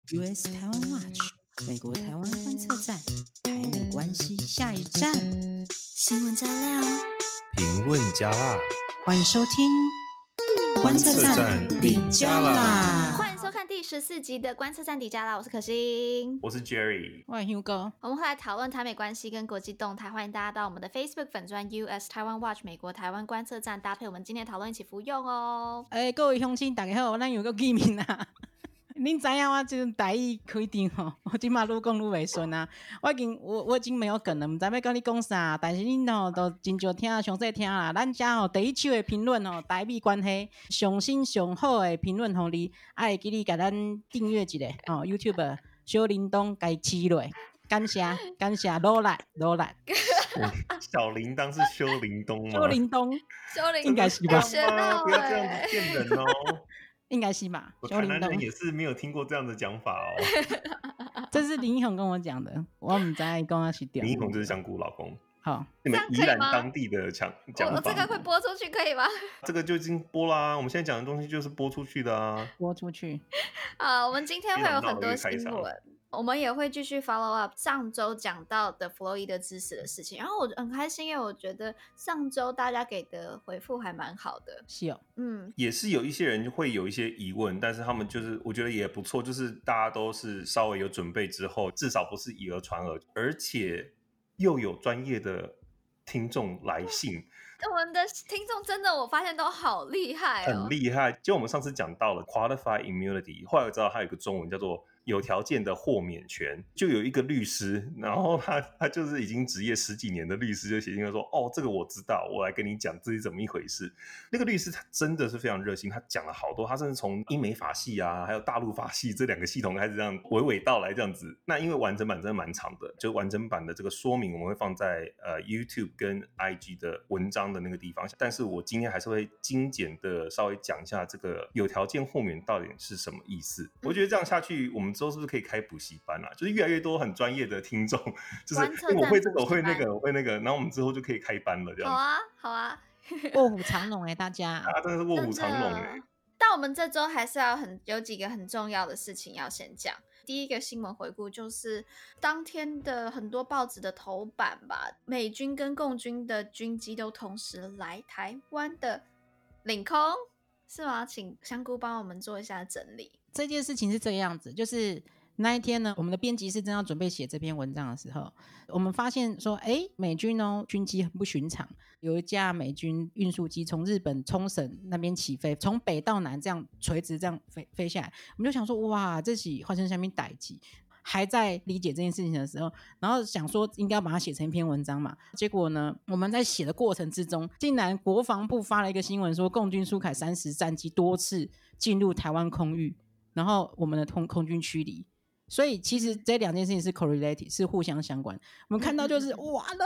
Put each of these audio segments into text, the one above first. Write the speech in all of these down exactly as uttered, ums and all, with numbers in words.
U S 台湾 Watch 美国台湾观测站，台美关系下一站， 新闻加料， 评论加辣， 欢迎收听观测站底加啦。 欢迎收看第十四集的观测站底加啦，我是可心， 我是 Jerry， 我是 Hugo。 我们会来讨论台美关系跟国际动态，欢迎大家到我们的 Facebook 粉专 U S 台湾 Watch 美国台湾观测站，搭配我们今天的讨论一起服用哦。 诶，各位乡亲大家好，咱有个见面啦。恁知影我即阵台语开场吼，我即马愈讲愈袂顺啊！我已经我我已经没有梗了，毋知要甲你讲啥，但是恁吼都真少听，详细听啦。咱遮吼第一手的评论吼，台美关系上新上好的评论吼，你爱记你甲咱订阅一下吼 ，YouTube 小铃铛该起落，感谢感谢，努力努力。 小铃铛是修铃铛吗？ 小铃铛， 修铃应该是吧？ 学到不要这样子骗人哦。 应该是吧？ 我台南人也是没有听过这样的讲法哦。 这是林一宏跟我讲的，我唔知道讲的是对。 林一宏就是香菇老公。 好， 你们宜兰当地的讲讲法， 我这个会播出去可以吗？ 这个就已经播啦，我们现在讲的东西就是播出去的啊， 播出去。 啊，我们今天会有很多新闻。我们也会继续 follow up 上周讲到的弗洛伊德之死的事情，然后我很开心，因为我觉得上周大家给的回复还蛮好的。 是哦， 嗯， 也是有一些人会有一些疑问，但是他们就是我觉得也不错，就是大家都是稍微有准备之后，至少不是以讹传讹，而且又有专业的听众来信。 我们的听众真的我发现都好厉害哦， 很厉害。就我们上次讲到了 qualified immunity， 后来我知道它有一个中文叫做有条件的豁免权。就有一个律师，然后他他就是已经职业十几年的律师，就写信来说，哦，这个我知道，我来跟你讲这是怎么一回事。那个律师他真的是非常热心，他讲了好多，他甚至从英美法系啊，还有大陆法系这两个系统开始这样娓娓道来这样子。那因为完整版真的蛮长的，就完整版的这个说明我们会放在呃 YouTube 跟 I G 的文章的那个地方，但是我今天还是会精简的稍微讲一下这个有条件豁免到底是什么意思。我觉得这样下去，我们之后是不是可以开补习班啊？就是越来越多很专业的听众，就是因为我会这个，我会那个，我会那个，然后我们之后就可以开班了，这样。 好啊，好啊， 卧虎藏龙哎，大家啊，真的是卧虎藏龙哎。 但我们这周还是要很有几个很重要的事情要先讲。第一个新闻回顾就是当天的很多报纸的头版吧，美军跟共军的军机都同时来台湾的领空，是吗？请香菇帮我们做一下整理。 这件事情是这个样子，就是那一天呢，我们的编辑室正要准备写这篇文章的时候，我们发现说，哎，美军哦，军机很不寻常，有一架美军运输机从日本冲绳那边起飞，从北到南这样垂直这样 飞, 飞下来，我们就想说，哇，这是发生什么代志？还在理解这件事情的时候，然后想说应该要把它写成一篇文章嘛，结果呢，我们在写的过程之中，竟然国防部发了一个新闻说，共军苏凯三十战机多次进入台湾空域，然后我们的空空军驱离。所以其实这两件事情是 correlated， 是互相相关。我们看到就是完了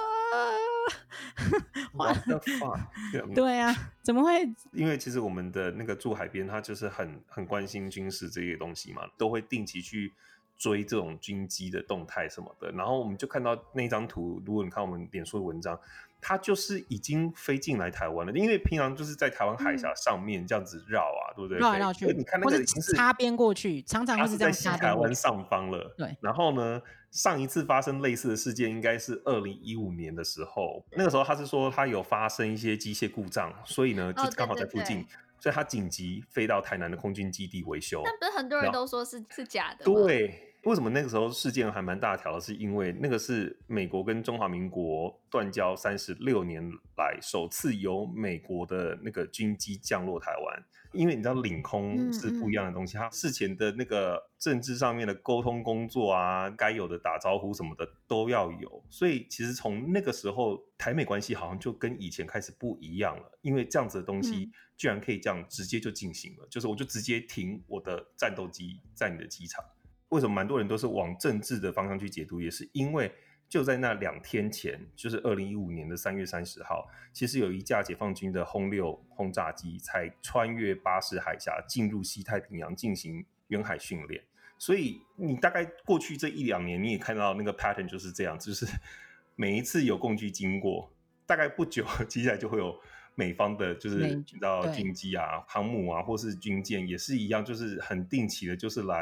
，What the fuck？ 对啊，怎么会？ 因为其实我们的那个驻海边，他就是很很关心军事这些东西嘛，都会定期去追这种军机的动态什么的。然后我们就看到那张图，如果你看我们脸书的文章，它就是已经飞进来台湾了，因为平常就是在台湾海峡上面这样子绕啊，嗯、对不对？ 绕来绕去， 你看那个已经是擦边过去，常常会是这样擦边过去。 它是在西台湾上方了。 对。 然后呢，上一次发生类似的事件应该是二零一五年的时候，那个时候他是说他有发生一些机械故障，所以呢就刚好在附近。哦，对对对，所以他紧急飞到台南的空军基地维修。 但不是很多人都说是是假的吗？ 对。为什么那个时候事件还蛮大条的，是因为那个是美国跟中华民国断交三十六年来首次由美国的那个军机降落台湾。因为你知道领空是不一样的东西，嗯嗯，它事前的那个政治上面的沟通工作啊，该有的打招呼什么的都要有，所以其实从那个时候台美关系好像就跟以前开始不一样了，因为这样子的东西居然可以这样直接就进行了，嗯，就是我就直接停我的战斗机在你的机场。为什么蛮多人都是往政治的方向去解读，也是因为就在那两天前，就是二零一五年的三月三十号，其实有一架解放军的轰六轰炸机才穿越巴士海峡进入西太平洋进行远海训练。所以你大概过去这一两年你也看到那个 pattern 就是这样，就是每一次有共机经过，大概不久接下来就会有美方的就是你知道军机啊、航母啊或是军舰也是一样，就是很定期的就是来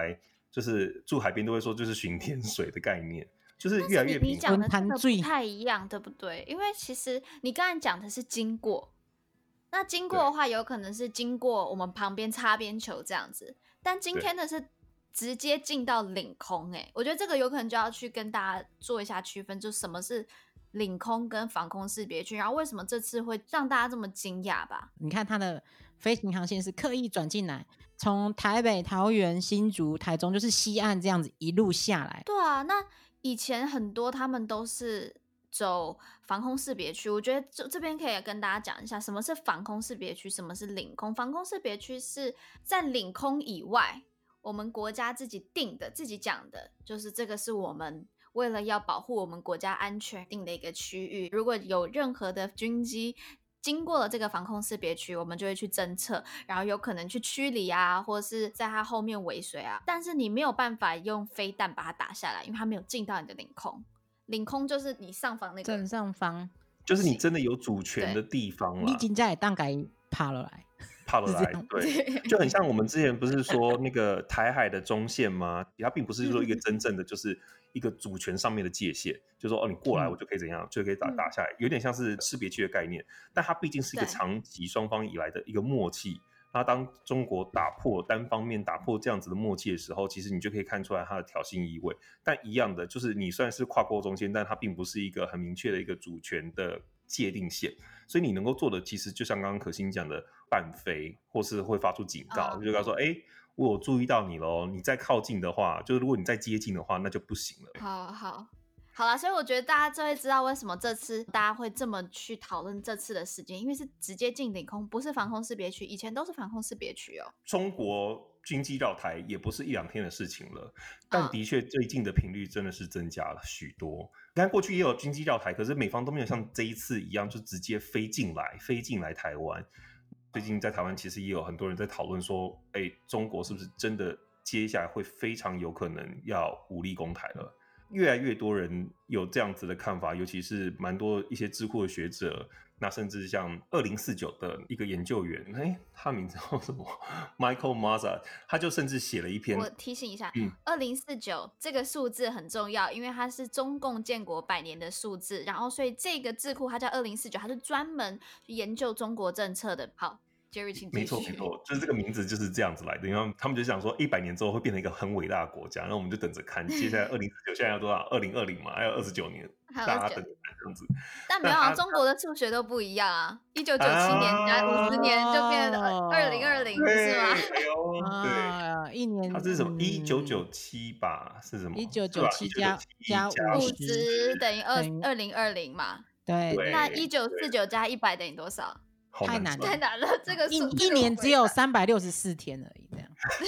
就是住海边都会说就是巡天水的概念，就是越来越平。 你讲的这个不太一样，对不对？因为其实你刚才讲的是经过，那经过的话有可能是经过我们旁边擦边球这样子，但今天的是直接进到领空、欸，我觉得这个有可能就要去跟大家做一下区分，就什么是领空跟防空识别区，然后为什么这次会让大家这么惊讶吧？ 你看它的飞行航线是刻意转进来，从台北、桃园、新竹、台中，就是西岸这样子一路下来。 对啊，那以前很多他们都是走防空识别区，我觉得这这边可以跟大家讲一下什么是防空识别区，什么是领空。防空识别区是在领空以外，我们国家自己定的、自己讲的，就是这个是我们为了要保护我们国家安全定的一个区域。如果有任何的军机经过了这个防空识别区，我们就会去侦测，然后有可能去驱离啊，或者是在它后面尾随啊。但是你没有办法用飞弹把它打下来，因为它没有进到你的领空。领空就是你上方那个正上方， 就是你真的有主权的地方啦。 你真的当该爬了来。 爬了来，对，就很像我们之前不是说那个台海的中线吗？它并不是说一个真正的就是一个主权上面的界限，就说哦你过来我就可以怎样，嗯、就可以打打下来，有点像是识别区的概念，但它毕竟是一个长期双方以来的一个默契。那当中国打破单方面打破这样子的默契的时候，其实你就可以看出来它的挑衅意味。但一样的，就是你虽然是跨过中线，但它并不是一个很明确的一个主权的界定线。所以你能够做的，其实就像刚刚可心讲的，半飞或是会发出警告， oh. 就跟他说：“哎、欸，我有注意到你喽，你再靠近的话，就是如果你再接近的话，那就不行了。” 好好好啦，所以我觉得大家就会知道为什么这次大家会这么去讨论这次的事件，因为是直接进领空，不是防空识别区，以前都是防空识别区哦。 中国军机绕台也不是一两天的事情了，但的确最近的频率真的是增加了许多。你看过去也有军机绕台，可是美方都没有像这一次一样就直接飞进来飞进来台湾。最近在台湾其实也有很多人在讨论说，哎，中国是不是真的接下来会非常有可能要武力攻台了？越来越多人有这样子的看法，尤其是蛮多一些智库的学者，那甚至像二零四九的一个研究员，哎，他名字叫什么 ？Michael Mazza， 他就甚至写了一篇。 我提醒一下，二零四九这个数字很重要，因为它是中共建国百年的数字，然后所以这个智库它叫二零四九，它是专门研究中国政策的。好。 没错没错，就是这个名字就是这样子来的。因为他们就想说，一百年之后会变成一个很伟大的国家，那我们就等着看。接下来二零四九现在要多少？二零二零嘛，还有二十九年，大家等着看这样子。 但没有啊，中国的数学都不一样啊。一九九七年加五十年就变成二零二零，是吗？ 对， 一年它是什么？一九九七吧？是什么？ 一九九七加加五十等于二二零二零嘛？ 对。 那一九四九加一百等于多少？ 太难了， 太难了，这个一一年只有三百六十四天而已，这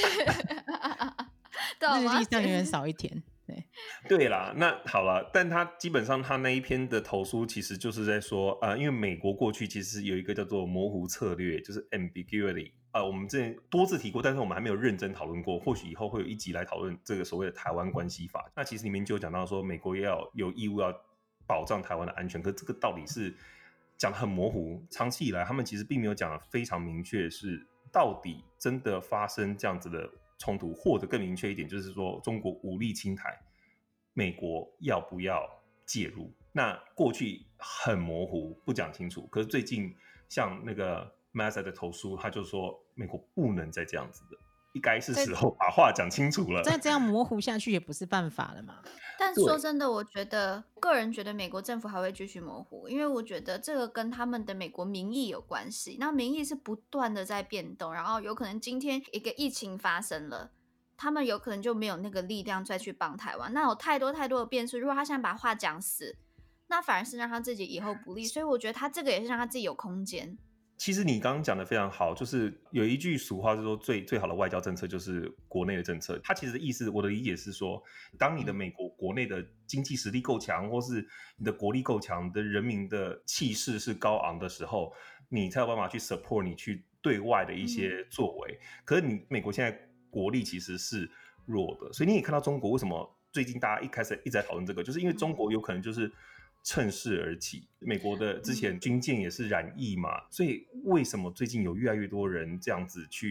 样，日历上永远少一天。对， 对啦，那好了，但他基本上他那一篇的投书其实就是在说，呃，因为美国过去其实有一个叫做模糊策略，就是 ambiguity， 呃，我们之前多次提过，但是我们还没有认真讨论过，或许以后会有一集来讨论这个所谓的台湾关系法。那其实里面就有讲到说，美国也要有义务要保障台湾的安全，可是这个到底是讲得很模糊，长期以来他们其实并没有讲得非常明确，是到底真的发生这样子的冲突，或者更明确一点，就是说中国武力侵台，美国要不要介入？那过去很模糊，不讲清楚。可是最近像那个 Mazza 的投书，他就说美国不能再这样子的，应该是时候把话讲清楚了。 再这样模糊下去也不是办法了嘛。 但说真的，我觉得个人觉得美国政府还会继续模糊，因为我觉得这个跟他们的美国民意有关系。那民意是不断的在变动，然后有可能今天一个疫情发生了，他们有可能就没有那个力量再去帮台湾。那有太多太多的变数，如果他现在把话讲死，那反而是让他自己以后不利。所以我觉得他这个也是让他自己有空间。 其实你刚刚讲的非常好，就是有一句俗话是说最最好的外交政策就是国内的政策。它其实的意思，我的理解是说，当你的美国国内的经济实力够强，或是你的国力够强，的人民的气势是高昂的时候，你才有办法去 support 你去对外的一些作为。嗯、可是你美国现在国力其实是弱的，所以你也看到中国为什么最近大家一开始一直在讨论这个，就是因为中国有可能就是趁势而起，美国的之前军舰也是染疫嘛，所以为什么最近有越来越多人这样子去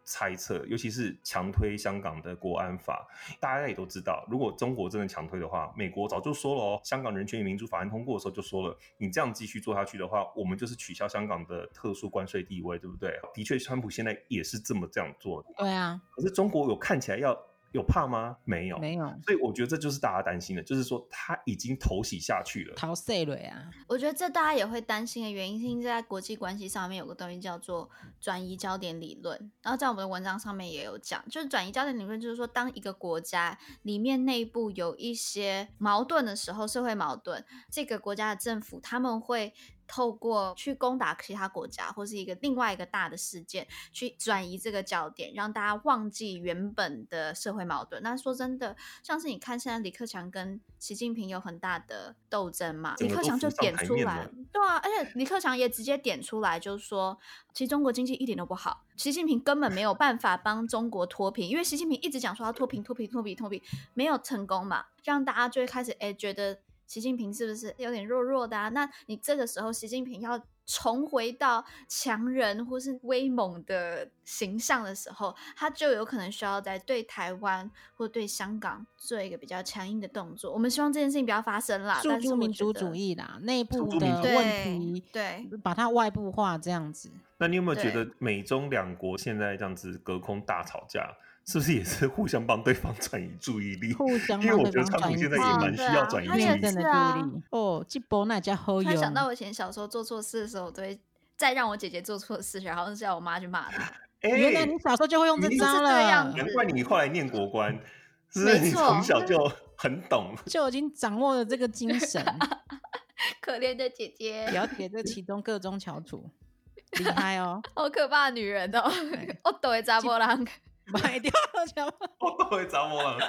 猜测，尤其是强推香港的国安法，大家也都知道，如果中国真的强推的话，美国早就说了哦，香港人权与民主法案通过的时候就说了，你这样继续做下去的话，我们就是取消香港的特殊关税地位，对不对？的确，川普现在也是这么这样做的。 对啊， 可是中国有看起来要有怕吗？没有， 没有， 所以我觉得这就是大家担心的，就是说他已经投洗下去了， 逃税了啊。 我觉得这大家也会担心的原因，是因为在国际关系上面有个东西叫做转移焦点理论，然后在我们的文章上面也有讲，就是转移焦点理论，就是说当一个国家里面内部有一些矛盾的时候，社会矛盾，这个国家的政府他们会透过去攻打其他国家或是一个另外一个大的事件去转移这个焦点，让大家忘记原本的社会矛盾。那说真的，像是你看现在李克强跟习近平有很大的斗争嘛，李克强就点出来，对啊，而且李克强也直接点出来，就是说其实中国经济一点都不好，习近平根本没有办法帮中国脱贫，因为习近平一直讲说要脱贫脱贫脱贫脱贫，没有成功嘛，让大家就会开始哎觉得习近平是不是有点弱弱的啊？那你这个时候习近平要重回到强人或是威猛的形象的时候，他就有可能需要在对台湾或对香港做一个比较强硬的动作。我们希望这件事情不要发生啦， 诉诸民族主义啦，内部的问题， 对， 把它外部化这样子。 那你有没有觉得美中两国现在这样子隔空大吵架？是不是也是互相帮对方转移注意力？ 互相因为我觉得川普现在也蛮需要转移注意力的。哦，这波那家好用。 他想到我以前小时候做错事的时候，我都会再让我姐姐做错事，然后是要我妈去骂她。 欸、原来你小时候就会用这招了， 难怪你后来念国关，是不是你从小就很懂， 就已经掌握了这个精神。 可怜的姐姐， 了解这其中各中翘楚，厉害哦！ 好可怕的女人哦，我都会查某人。 买掉了， 我都会找我了。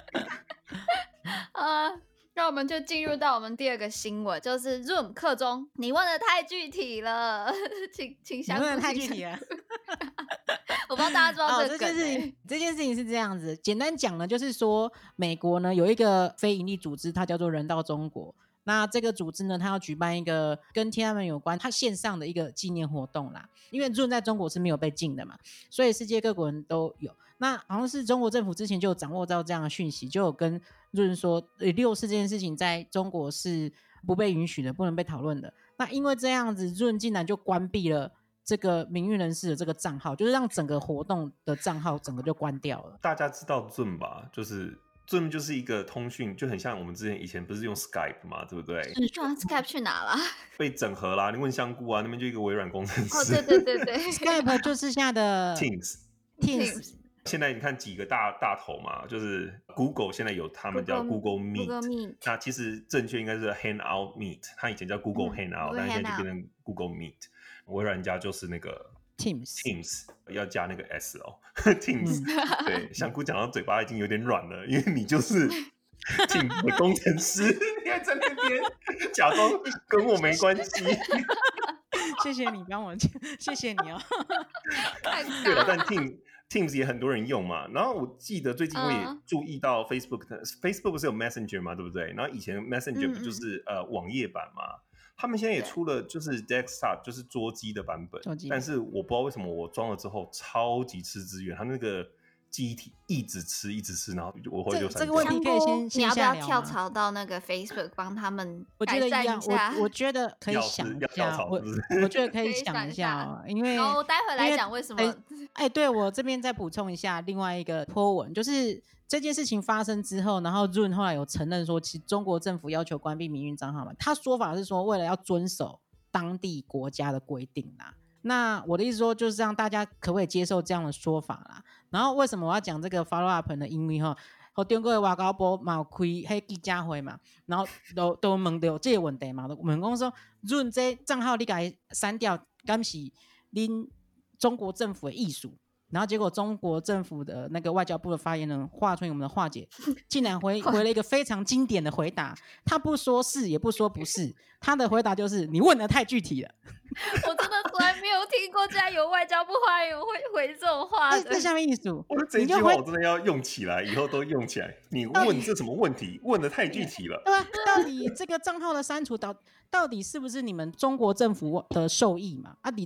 啊，那我们就进入到我们第二个新闻，就是 Zoom 课中，你问的太具体了，请请详细。 你问的太具体了， 我不知道大家知道这个梗、欸哦、这件事，这件事情是这样子，简单讲呢，就是说美国呢有一个非营利组织，它叫做人道中国。那这个组织呢，它要举办一个跟天安门有关，它线上的一个纪念活动啦。因为 Zoom 在中国是没有被禁的嘛，所以世界各国人都有。那好像是中国政府之前就有掌握到这样的讯息，就有跟 Zoom 说，六四这件事情在中国是不被允许的，不能被讨论的。那因为这样子 ，Zoom 竟然就关闭了这个名誉人士的这个账号，就是让整个活动的账号整个就关掉了。 大家知道 Zoom 吧？就是。Zoom 就是一个通讯，就很像我们之前以前不是用 Skype 嘛，对不对？ 是啊 ，Skype 去哪了？ 被整合啦！你问香菇啊，那边就一个微软工程师。 哦，对对对对 ，Skype 就是现在的 Teams。Teams。现在你看几个大大头嘛，就是 Google 现在有他们叫 Google Meet，, Google Meet 那其实正确应该是 Hangout Meet， 它以前叫 Google Hangout，、嗯、但现在就变成 Google Meet。微软家就是那个。 Teams Teams 要加那个 S 哦，Teams、嗯、对，香菇讲到嘴巴已经有点软了，因为你就是 Teams 的工程师，你还在那边假装跟我没关系。 谢谢你帮我，谢谢你哦。 对了，但 Teams Teams 也很多人用嘛，然后我记得最近我也注意到 Facebook，、嗯、Facebook 不是有 Messenger 嘛，对不对？然后以前 Messenger 不就是、嗯、呃网页版嘛？他们现在也出了就是 desktop 就是桌机的版本，但是我不知道为什么我装了之后超级吃资源，它那个记忆体一直吃一直吃，然后我会就这个问题可以先你要不要跳槽到那个 Facebook 帮他们改善一下？ 我我觉得可以想一下，我我觉得可以想一下、哦，因为哦，待会来讲为什么。 哎、欸，对我这边再补充一下另外一个 po 文，就是这件事情发生之后，然后 Zoom 后来有承认说，其实中国政府要求关闭民运账号嘛，他说法是说为了要遵守当地国家的规定啦。那我的意思说，就是让大家可不可以接受这样的说法啦？然后为什么我要讲这个 follow up 呢？因为哈，和中国的外交部嘛有开迄记者会嘛，然后都都问到这个问题嘛，问讲说 Zoom 这账号你给它删掉，敢是恁中国政府的意思？然后结果中国政府的那个外交部的发言人华春莹我们的华姐竟然回回了一个非常经典的回答，他不说是也不说不是，他的回答就是你问的太具体了。 我真的从来没有听过竟然有外交部发言人会回这种话的。 这下面意思这一句话我真的要用起来，以后都用起来。你问这什么问题？问的太具体了。 对啊，到底这个账号的删除到到底是不是你们中国政府的授意嘛？啊，你都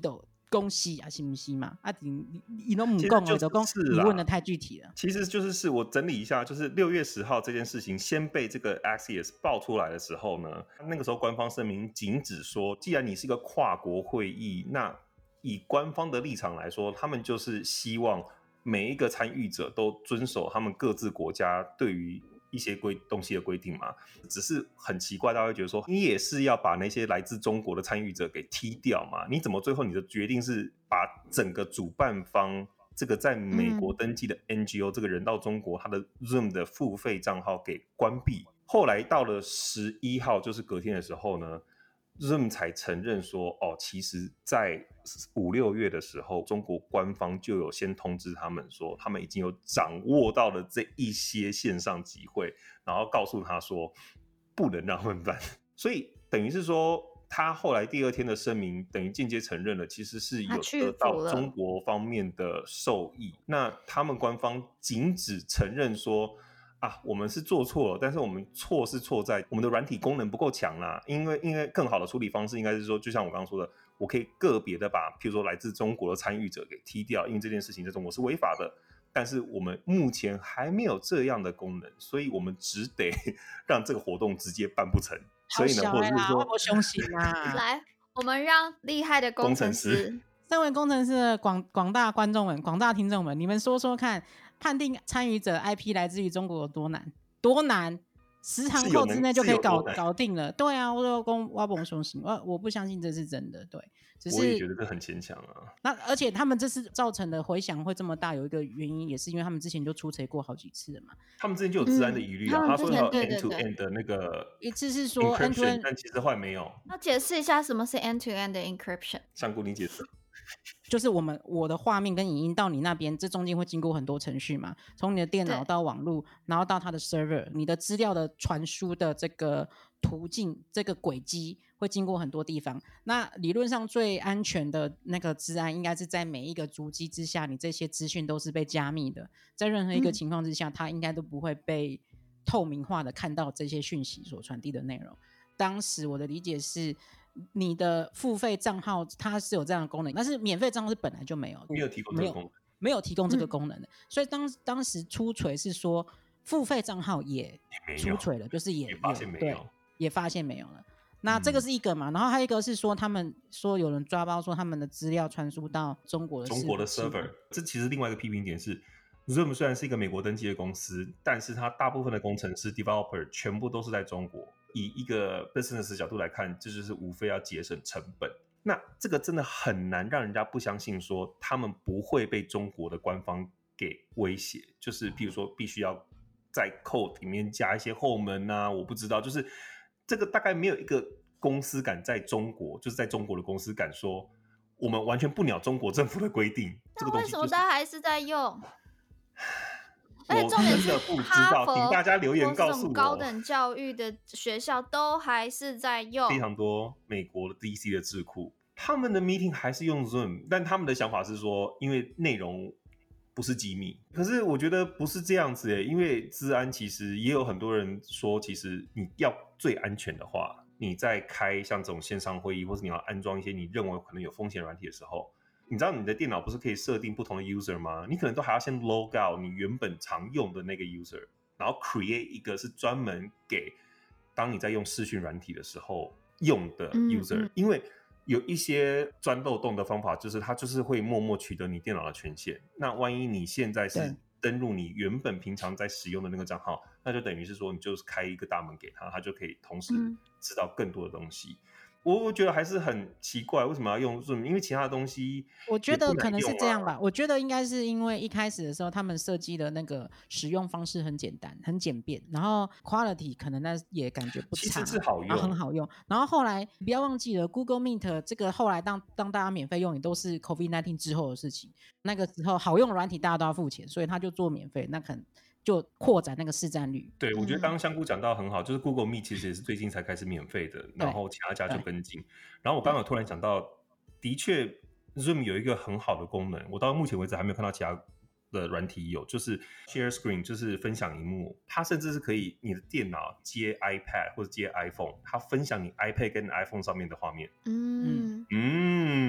恭喜啊，是不是嘛？啊，你你都不讲，我就讲你问的太具体了。 其实就是是我整理一下，就是六月十号这件事情先被这个 Axios 爆出来的时候呢，那个时候官方声明仅只说，既然你是一个跨国会议，那以官方的立场来说，他们就是希望每一个参与者都遵守他们各自国家对于一些规东西的规定嘛。只是很奇怪，大家会觉得说，你也是要把那些来自中国的参与者给踢掉嘛？你怎么最后你的决定是把整个主办方这个在美国登记的 N G O、嗯、这个人到中国他的 Zoom 的付费账号给关闭？后来到了十一号，就是隔天的时候呢， Zoom 才承认说，哦，其实在五六月的时候，中国官方就有先通知他们说，他们已经有掌握到了这一些线上集会，然后告诉他说不能让他们办。所以等于是说，他后来第二天的声明等于间接承认了，其实是有得到中国方面的受益。那他们官方仅只承认说，啊，我们是做错了，但是我们错是错在我们的软体功能不够强啦。因为因为更好的处理方式应该是说，就像我刚刚说的，我可以个别的把譬如说来自中国的参与者给踢掉，因为这件事情在中国是违法的。但是我们目前还没有这样的功能，所以我们只得让这个活动直接办不成。所以呢，或者是说， 我凶心啊！ 来，我们让厉害的工程师， 身为工程师的广广大观众们、广大听众们，你们说说看，判定参与者 I P 来自于中国有多难？多难？十堂课之内就可以搞搞定了。对啊，我说公挖崩凶心，我我不相信这是真的。对，只是我也觉得这很牵强啊。 那而且他们这次造成的回响会这么大，有一个原因也是因为他们之前就出错过好几次了嘛。 他们之前就有治安的疑虑啊， 嗯、 他说要 end to end 的那个一次是说 encryption， end to end， 但其实后来没有。 要解释一下什么是 end to end 的 encryption。 香菇，你解释。 就是我们我的画面跟影音到你那边，这中间会经过很多程序嘛，从你的电脑到网络，然后到它的 server， 你的资料的传输的这个途径，这个轨迹会经过很多地方。那理论上最安全的那个资安，应该是在每一个主机之下，你这些资讯都是被加密的，在任何一个情况之下，嗯、它应该都不会被透明化的看到这些讯息所传递的内容。当时我的理解是，你的付费账号它是有这样的功能，但是免费账号是本来就没有， 没有提供这个功能， 没有提供这个功能的，嗯、所以当当时出锤是说付费账号也出锤了，就是也也发现没有， 对，也发现没有了。那这个是一个嘛，嗯、然后还有一个是说他们说有人抓包说他们的资料传输到中国的中国的 server， 这其实另外一个批评点是。Zoom 虽然是一个美国登记的公司，但是它大部分的工程师 developer 全部都是在中国。以一个 business 角度来看，这就是无非要节省成本。那这个真的很难让人家不相信说他们不会被中国的官方给威胁，就是譬如说必须要在 code 里面加一些后门啊，我不知道，就是这个大概没有一个公司敢在中国，就是在中国的公司敢说我们完全不鸟中国政府的规定。这个东西、就是、 为什么大家还是在用？ 我真的不知道，请大家留言告诉我。 高等教育的学校都还是在用， 非常多美国的 D C 的智库，他们的 meeting 还是用 Zoom， 但他们的想法是说，因为内容不是机密。可是我觉得不是这样子耶，因为资安其实也有很多人说，其实你要最安全的话，你在开像这种线上会议，或是你要安装一些你认为可能有风险软体的时候。你知道你的电脑不是可以设定不同的 user 吗？你可能都还要先 log out 你原本常用的那个 user， 然后 create 一个是专门给当你在用视讯软体的时候用的 user，、嗯嗯、因为有一些钻漏洞的方法，就是它就是会默默取得你电脑的权限。那万一你现在是登入你原本平常在使用的那个账号，那就等于是说你就是开一个大门给他，他就可以同时知道更多的东西。嗯，我觉得还是很奇怪，为什么要用 Zoom？ 因为其他的东西、啊， 我觉得可能是这样吧。我觉得应该是因为一开始的时候，他们设计的那个使用方式很简单、很简便，然后 quality 可能那也感觉不差， 其实是好用， 很好用。然后后来不要忘记了 ，Google Meet 这个后来当当大家免费用，也都是 COVID 十九 之后的事情。那个时候好用的软体大家都要付钱，所以他就做免费，那可能。就扩展那个市占率。 对，我觉得刚刚香菇讲到很好，就是 Google Meet 其实也是最近才开始免费的，然后其他家就跟进。然后我刚刚突然讲到，的确 Zoom 有一个很好的功能，我到目前为止还没有看到其他的软体有，就是 Share Screen， 就是分享萤幕，它甚至是可以你的电脑接 iPad 或者接 iPhone， 它分享你 iPad 跟 iPhone 上面的画面。嗯嗯，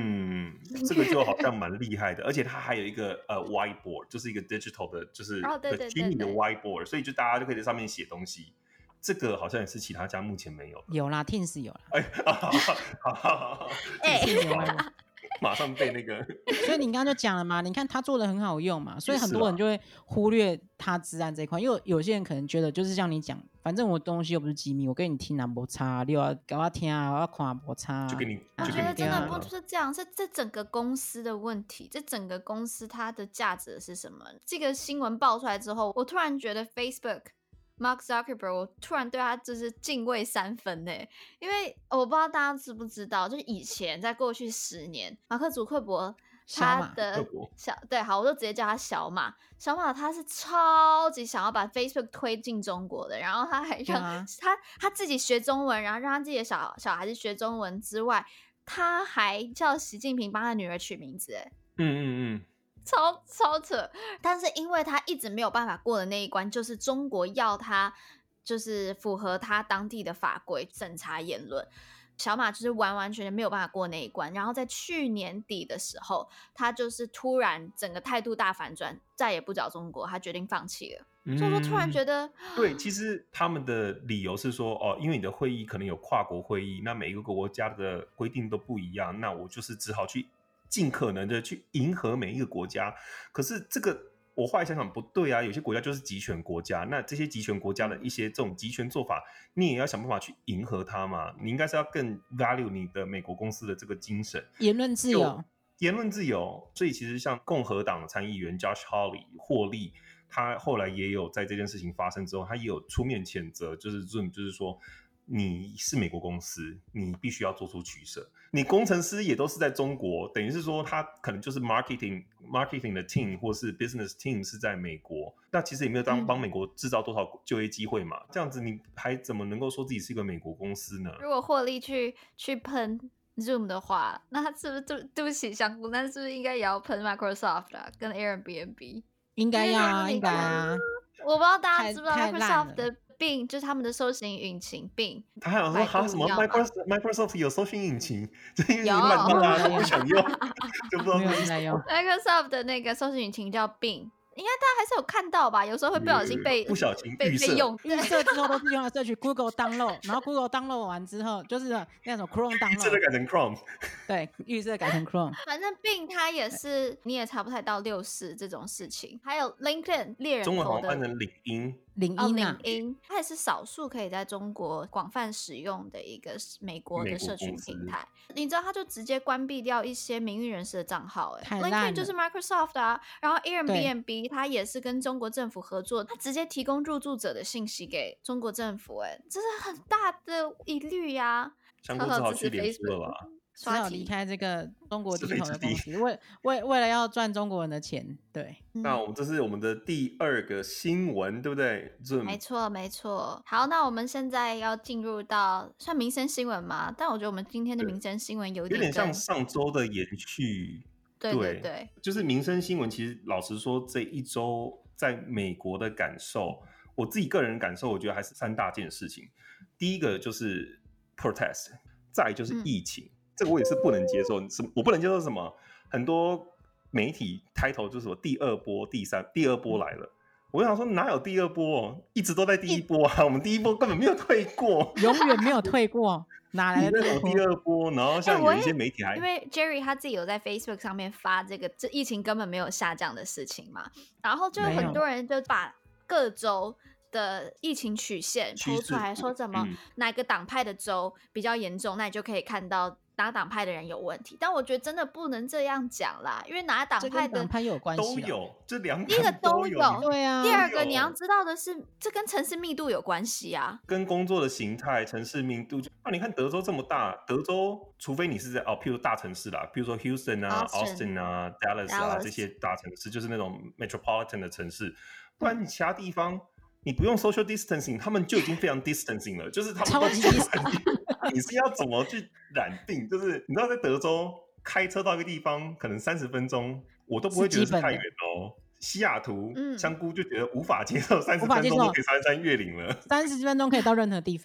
嗯，这个就好像蛮厉害的，而且它还有一个呃 whiteboard， 就是一个 digital 的，就是一个虚拟的 whiteboard，、哦、所以就大家就可以在上面写东西。这个好像也是其他家目前没有的。 有啦 ，Teams 有啦。 哎，好好好好， 哎， 马上被那个。 所以你刚刚就讲了嘛，你看他做的很好用嘛，所以很多人就会忽略他治安这一块，因为有些人可能觉得就是像你讲，反正我东西又不是机密，我跟你听啊没差，你要给我听啊，我要看没差， 就给你。 我觉得真的不是这样，是这整个公司的问题，这整个公司它的价值是什么？这个新闻爆出来之后，我突然觉得 Facebook。Mark Zuckerberg， 我突然对他就是敬畏三分耶，因为我不知道大家知不知道，就是以前在过去十年，马克·祖克伯他的小对好，我就直接叫他小马。小马他是超级想要把 Facebook 推进中国的，然后他还让、啊、他他自己学中文，然后让他自己的小小孩子学中文之外，他还叫习近平帮他女儿取名字耶。 嗯嗯嗯。 超超扯，但是因为他一直没有办法过的那一关，就是中国要他就是符合他当地的法规审查言论，小马就是完完全全没有办法过那一关。然后在去年底的时候，他就是突然整个态度大反转，再也不找中国，他决定放弃了。嗯、所以说突然觉得， 对，其实他们的理由是说，哦，因为你的会议可能有跨国会议，那每一个国家的规定都不一样，那我就是只好去。尽可能的去迎合每一个国家，可是这个我后来想想不对啊，有些国家就是集权国家，那这些集权国家的一些这种集权做法，你也要想办法去迎合它嘛，你应该是要更 value 你的美国公司的这个精神， 言论自由， 言论自由。所以其实像共和党参议员 Josh Hawley 霍利，他后来也有在这件事情发生之后，他也有出面谴责，就是 Zoom， 就是说你是美国公司，你必须要做出取舍。你工程师也都是在中国，等于是说他可能就是 marketing marketing 的 team 或是 business team 是在美国，那其实也没有当帮美国制造多少就业机会嘛、嗯。这样子你还怎么能够说自己是一个美国公司呢？ 如果获利去去喷 Zoom 的话，那他是不是对对不起香菇？那是不是应该也要喷 Microsoft 啊，跟 Airbnb？ 应该要啊，应该啊。 我不知道大家知不知道 Microsoft 的Bing 就是他们的搜寻引擎 Bing， 他还有说哈什么 Microsoft Microsoft 有搜寻引擎，有烂到大家都不想用，就不知道是不是用 Microsoft 的那个搜寻引擎叫 Bing。应该大家还是有看到吧？有时候会不小心被不小心被被用预设之后都是用来摄取 Google download， 然后 Google download 完之后就是那种 Chrome download， 预设改成 Chrome， 对，预设改成 Chrome。 反正 Bing 它也是你也查不太到六四这种事情。还有 LinkedIn 猎人头的， 中文好像翻成领英。 领英啊， 哦、领英，它也是少数可以在中国广泛使用的一个美国的社群平台。你知道，它就直接关闭掉一些名誉人士的账号、欸，哎 ，LinkedIn 就是 Microsoft 啊，然后 Airbnb 它也是跟中国政府合作，它直接提供入住者的信息给中国政府、欸，哎，这是很大的疑虑呀。 香菇只好去脸书了吧？ 只好离开这个中国地头的公司，为为为了要赚中国人的钱，对。 那我们这是我们的第二个新闻，对不对？ 没错，没错。好，那我们现在要进入到算民生新闻嘛？但我觉得我们今天的民生新闻有点有点像上周的延续。 对对对， 就是民生新闻。其实老实说，这一周在美国的感受，我自己个人感受，我觉得还是三大件事情。第一个就是 protest， 再来就是疫情。嗯，这个我也是不能接受，我不能接受什么？很多媒体开头就是说第二波、第三、第二波来了。我想说哪有第二波？一直都在第一波啊！我们第一波根本没有退过， 永远没有退过，哪来的第二波？然后像有一些媒体还、欸、 因为 Jerry 他自己有在 Facebook 上面发这个，这疫情根本没有下降的事情嘛，然后就很多人就把各州的疫情曲线抛出来，说什么、嗯、哪个党派的州比较严重，那你就可以看到哪党派的人有问题。但我觉得真的不能这样讲啦，因为哪党派的党派有关系、 啊、都有，这两第一个都有， 对啊。 第二个你要知道的是，这跟城市密度有关系啊， 跟工作的形态、城市密度。啊，你看德州这么大，德州除非你是在哦，譬如大城市啦，譬如说 Houston 啊、Austin 啊、Dallas 啊 Dallas 这些大城市，就是那种 metropolitan 的城市，不然你其他地方。你不用 social distancing， 他们就已经非常 distancing 了，就是他们超级 distancing。 你是要怎么去染病？就是你知道，在德州开车到一个地方，可能三十分钟，我都不会觉得是太远哦。西雅图、嗯、香菇就觉得无法接受，三十分钟就可以翻山越岭了。 三十分钟可以到任何地方。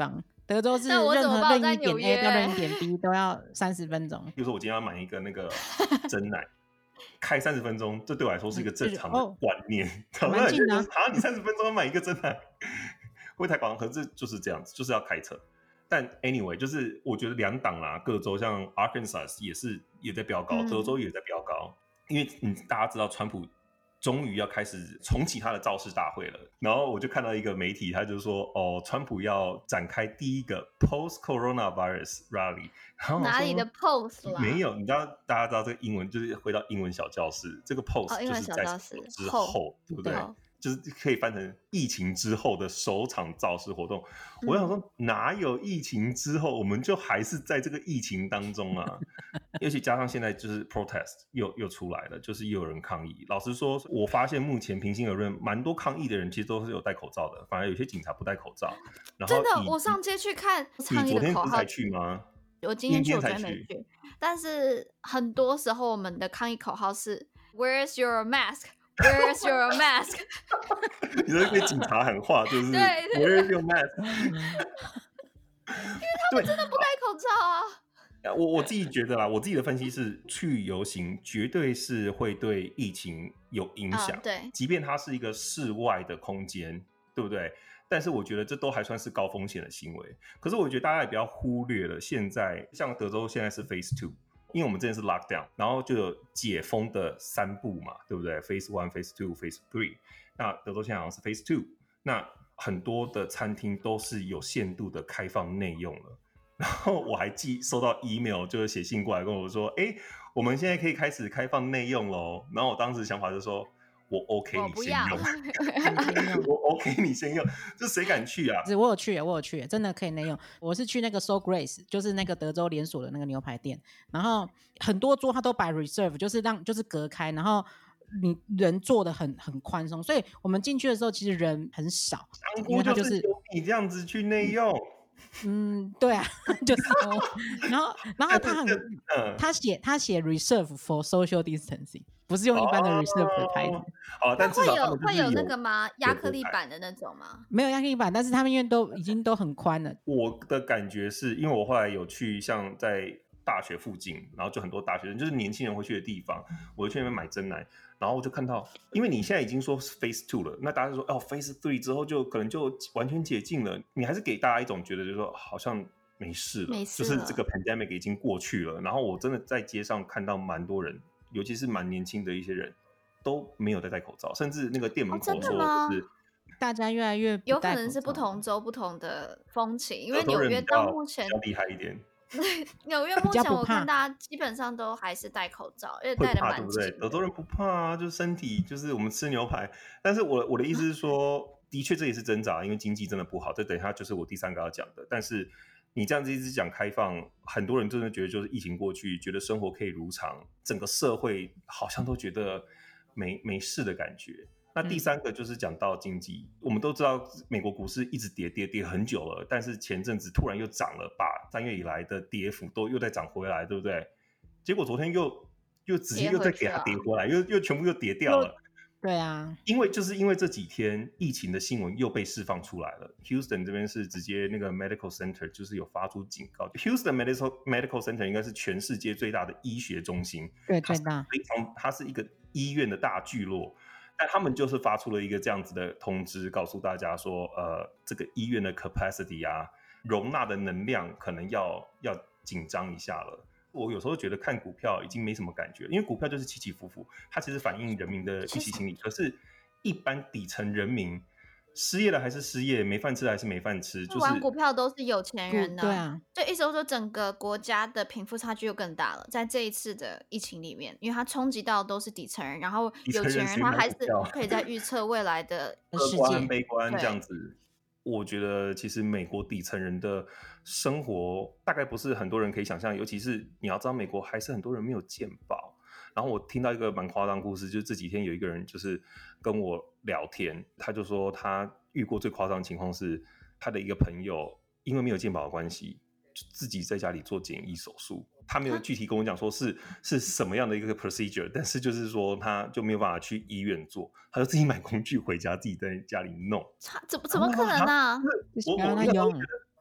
德州是那我怎任何么办？我在任意点纽 A 到任意约。 点 B 都要三十分钟。 比如说我今天要买一个那个真奶，开三十分钟，这对我来说是一个正常的哦观念。然后蛮近的啊就是好，你三十分钟要买一个真奶，会太夸张。可是就是这样子，就是要开车。但 anyway， 就是我觉得两党啦，各州像 Arkansas 也是也在飙高， 嗯德州也在飙高，因为你大家知道川普终于要开始重启他的造势大会了。然后我就看到一个媒体，他就说哦，川普要展开第一个 post coronavirus rally。然后哪里的 post 啦？ 没有，你知道大家知道这个英文就是回到英文小教室，这个 post 哦英文就是在小教室之后， 后对不对？ 对就是可以翻成疫情之后的首场造势活动。 嗯我想说，哪有疫情之后，我们就还是在这个疫情当中啊！尤其加上现在就是 protest 又又出来了，就是又有人抗议。老实说，我发现目前平心而论，蛮多抗议的人其实都是有戴口罩的，反而有些警察不戴口罩。然后真的， 以我上街去看抗你昨议的口号天不是才，去吗？ 我今天去，我昨今天才去天没去。但是很多时候我们的抗议口号是 Where's your mask? Where's your mask? 你在被警察喊话，就是对 Where's your mask？ 对， 真的不戴口罩啊！ 我我自己觉得啦，我自己的分析是，去游行绝对是会对疫情有影响， 嗯对即便它是一个室外的空间，对不对？但是我觉得这都还算是高风险的行为。可是我觉得大家也不要忽略了，现在像德州现在是 Phase Two， 因为我们之前是 Lockdown， 然后就有解封的三步嘛，对不对 ？Phase One、Phase Two、Phase Three。那德州现在好像是 Phase Two， 那很多的餐厅都是有限度的开放内用了。然后我还寄收到 email， 就是写信过来跟我说，哎，我们现在可以开始开放内用咯。然后我当时想法就说，我 OK 我不要你先用， 先用我 OK 你先用，这谁敢去啊？ 是我有去，我有去，真的可以内用。我是去那个 Soul Grace，就是那个德州连锁的那个牛排店，然后很多桌它都摆 reserve， 就是让就是隔开，然后你人坐的很很宽松，所以我们进去的时候其实人很少， 香因为它就菇就是是有你这样子去内用， 嗯，对啊，就是哦，然后然后他很嗯， 他写他写 reserve for social distancing， 不是用一般的 reserve 的牌子， 好， 那但至会有少他们就是会有那个吗？亚克有舞台力板的那种吗？ 没有压力板，但是他们因为都已经都很宽了， 我的感觉是因为我后来有去像在大学附近，然后就很多大学生，就是年轻人会去的地方，我就去那边买真奶，然后我就看到，因为你现在已经说 Phase Two 了，那大家就说哦 Phase Three 之后就可能就完全解禁了，你还是给大家一种觉得就是说好像没事了， 没事了就是这个 pandemic 已经过去了。然后我真的在街上看到蛮多人，尤其是蛮年轻的一些人都没有在戴口罩，甚至那个店门哦口说真的吗就是。 大家越来越不有可戴口能是不罩同州不同的风情，因为德州纽约人比较到目前比较厉害一点， 纽约比目前我较不怕看大家基本上都还是戴口罩，而且会戴的怕对不对？ 蛮紧的。 德州人不怕啊，就是身体就是我们吃牛排。但是我我的意思是说，的确这也是挣扎，因为经济真的不好。这等一下就是我第三个要讲的。但是你这样子一直讲开放，很多人真的觉得就是疫情过去，觉得生活可以如常，整个社会好像都觉得没没事的感觉。那第三个就是讲到经济，嗯、我们都知道美国股市一直跌跌跌很久了，但是前阵子突然又涨了，把三月以来的跌幅都又再涨回来，对不对？结果昨天又又直接又再给它跌回来，啊、又又全部又跌掉了。 对啊， 因为就是因为这几天疫情的新闻又被释放出来了 ，Houston 这边是直接那个 medical center 就是有发出警告 ，Houston medical medical center 应该是全世界最大的医学中心， 对，最大， 非常它是一个医院的大聚落。但他们就是发出了一个这样子的通知，告诉大家说，呃，这个医院的 capacity 啊，容纳的能量可能要要紧张一下了。我有时候觉得看股票已经没什么感觉，因为股票就是起起伏伏，它其实反映人民的预期心理。可是，一般底层人民失业了还是失业，没饭吃还是没饭吃，就是玩股票都是有钱人呢、 对啊， 就意思说整个国家的贫富差距又更大了。在这一次的疫情里面，因为它冲击到都是底层人，然后有钱人他还是可以在预测未来的世界悲观这样子。我觉得其实美国底层人的生活大概不是很多人可以想象，尤其是你要知道美国还是很多人没有健保。然后我听到一个蛮夸张的故事，就是这几天有一个人就是跟我聊天，他就说他遇过最夸张的情况是他的一个朋友因为没有健保的关系，就自己在家里做简易手术。他没有具体跟我讲说是是什么样的一个 procedure， 但是就是说他就没有办法去医院做，他就自己买工具回家，自己在家里弄。 怎么怎么可能啊？ 我我他用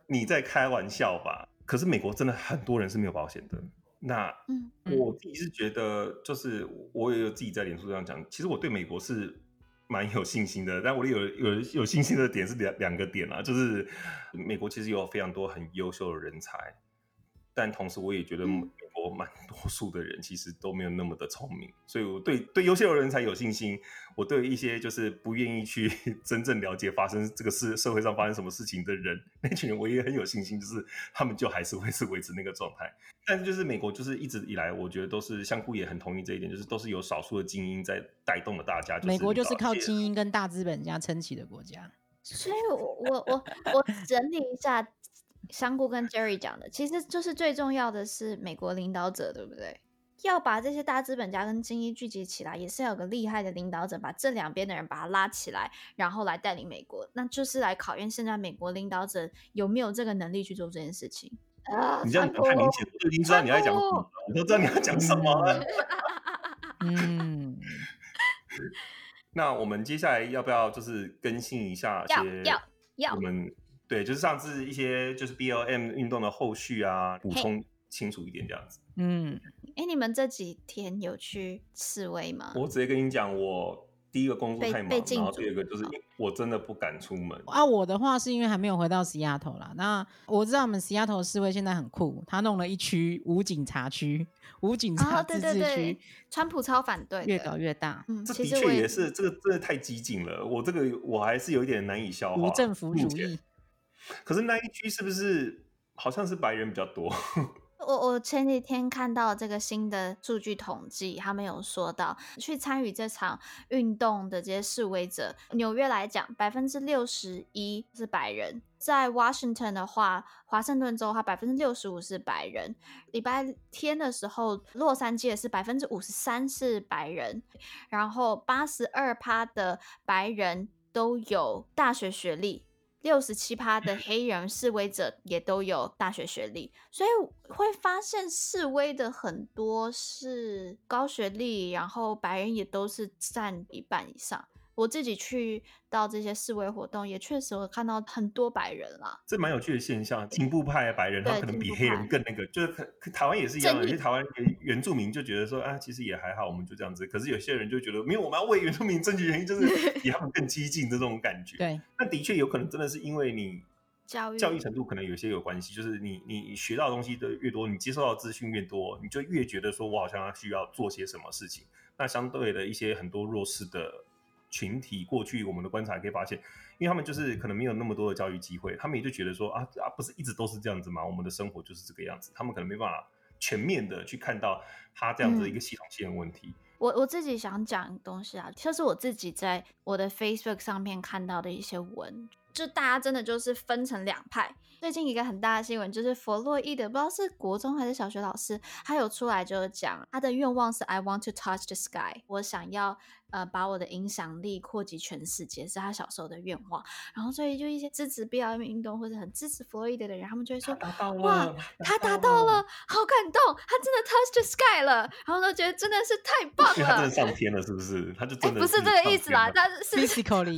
你在开玩笑吧？可是美国真的很多人是没有保险的。那我自己是觉得，就是我也有自己在脸书上讲，其实我对美国是蛮有信心的，但我有有有信心的点是两两个点啊，就是美国其实有非常多很优秀的人才，但同时我也觉得美国蛮多数的人其实都没有那么的聪明，所以我对对优秀的人才有信心。我对一些就是不愿意去真正了解发生这个事社会上发生什么事情的人，那群人我也很有信心，就是他们就还是会是维持那个状态。但是就是美国就是一直以来，我觉得都是香菇也很同意这一点，就是都是有少数的精英在带动了大家。就是、 美国就是靠精英跟大资本家撑起的国家。 所以我我我我整理一下香菇跟 Jerry 讲的，其实就是最重要的是美国领导者，对不对？要把这些大资本家跟精英聚集起来，也是要有个厉害的领导者把这两边的人把他拉起来，然后来带领美国。那就是来考验现在美国领导者有没有这个能力去做这件事情。 啊、你这样讲太明显，我都已经知道你要讲什么了，我都知道你要讲什么了。 嗯， 那我们接下来要不要就是更新一下些要要我们对，就是上次一些就是 B L M 运动的后续啊，补充清楚一点这样子。 嗯， 哎、欸，你们这几天有去示威吗？ 我直接跟你讲，我第一个工作太忙，然后第二个就是我真的不敢出门啊。我的话是因为还没有回到西雅图啦。那我知道我们西雅图示威现在很酷，他弄了一区无警察区、无警察自治区、哦，对对对， 川普超反对的， 越搞越大。 嗯， 这的确也是，这个真的太激进了。我这个我还是有一点难以消化。 无政府主义。 可是那一区是不是好像是白人比较多？ 我我前几天看到这个新的数据统计，他们有说到去参与这场运动的这些示威者，纽约来讲，百分之六十一是白人；在 Washington 的话，华盛顿州它百分之六十五是白人。礼拜天的时候，洛杉矶也是百分之五十三是白人，然后八十二趴的白人都有大学学历。六十七趴的黑人示威者也都有大学学历，所以会发现示威的很多是高学历，然后白人也都是占一半以上。我自己去到这些示威活动，也确实我看到很多白人啦， 这蛮有趣的现象。进步派的白人，他可能比黑人更那个，就是台湾也是一样的。有些台湾原住民就觉得说啊，其实也还好，我们就这样子。可是有些人就觉得，没有，我们要为原住民争取权益，就是比他们更激进的这种感觉。 对， 那的确有可能真的是因为你教育教育程度可能有些有关系，就是你你学到的东西的越多，你接受到的资讯越多，你就越觉得说我好像要需要做些什么事情。那相对的一些很多弱势的群体，过去我们的观察可以发现，因为他们就是可能没有那么多的教育机会，他们也就觉得说啊啊，不是一直都是这样子吗？我们的生活就是这个样子，他们可能没办法全面的去看到他这样子一个系统性的问题。嗯、 我我自己想讲的东西啊，就是我自己在我的 Facebook 上面看到的一些文，就大家真的就是分成两派。最近一个很大的新闻就是弗洛伊德，不知道是国中还是小学老师，他有出来就是讲他的愿望是 I want to touch the sky， 我想要呃把我的影响力扩及全世界，是他小时候的愿望。然后所以就一些支持 B L M 运动或者很支持弗洛伊德的人，他们就会说哇，他达到了，好感动，他真的 touch the sky 了，然后都觉得真的是太棒了， 因为他真的上天了，是不是？他就真的、欸、 不是这个意思啦，他是 physically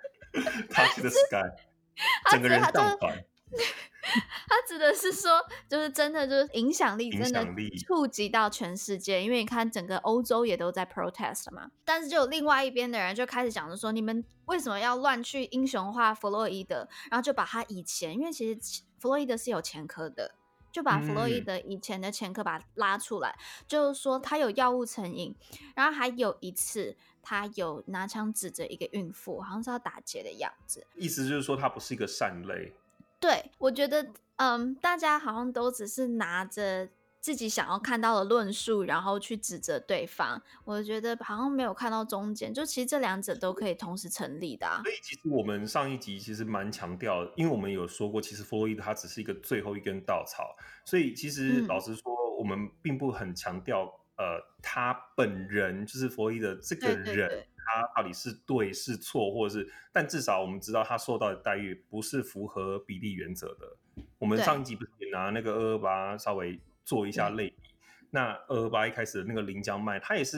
touch the sky， 整个人上传。 他指的是说，就是真的就是影响力真的触及到全世界，因为你看整个欧洲也都在 protest 嘛。但是就有另外一边的人就开始讲说，你们为什么要乱去英雄化弗洛伊德？然后就把他以前，因为其实弗洛伊德是有前科的，就把弗洛伊德以前的前科把他拉出来，嗯、就是说他有药物成瘾，然后还有一次他有拿枪指着一个孕妇，好像是要打劫的样子。 意思就是说他不是一个善类。 对，我觉得，嗯，大家好像都只是拿着自己想要看到的论述，然后去指责对方。我觉得好像没有看到中间，就其实这两者都可以同时成立的、啊。 所以其实我们上一集其实蛮强调，因为我们有说过，其实弗洛伊德他只是一个最后一根稻草，所以其实老实说，嗯、我们并不很强调，呃，他本人就是弗洛伊德这个人。对对对，他到底是对是错，或者是，但至少我们知道他受到的待遇不是符合比例原则的。我们上一集不是也拿那个二二八稍微做一下类比？那二二八一开始的那个林江迈，他也是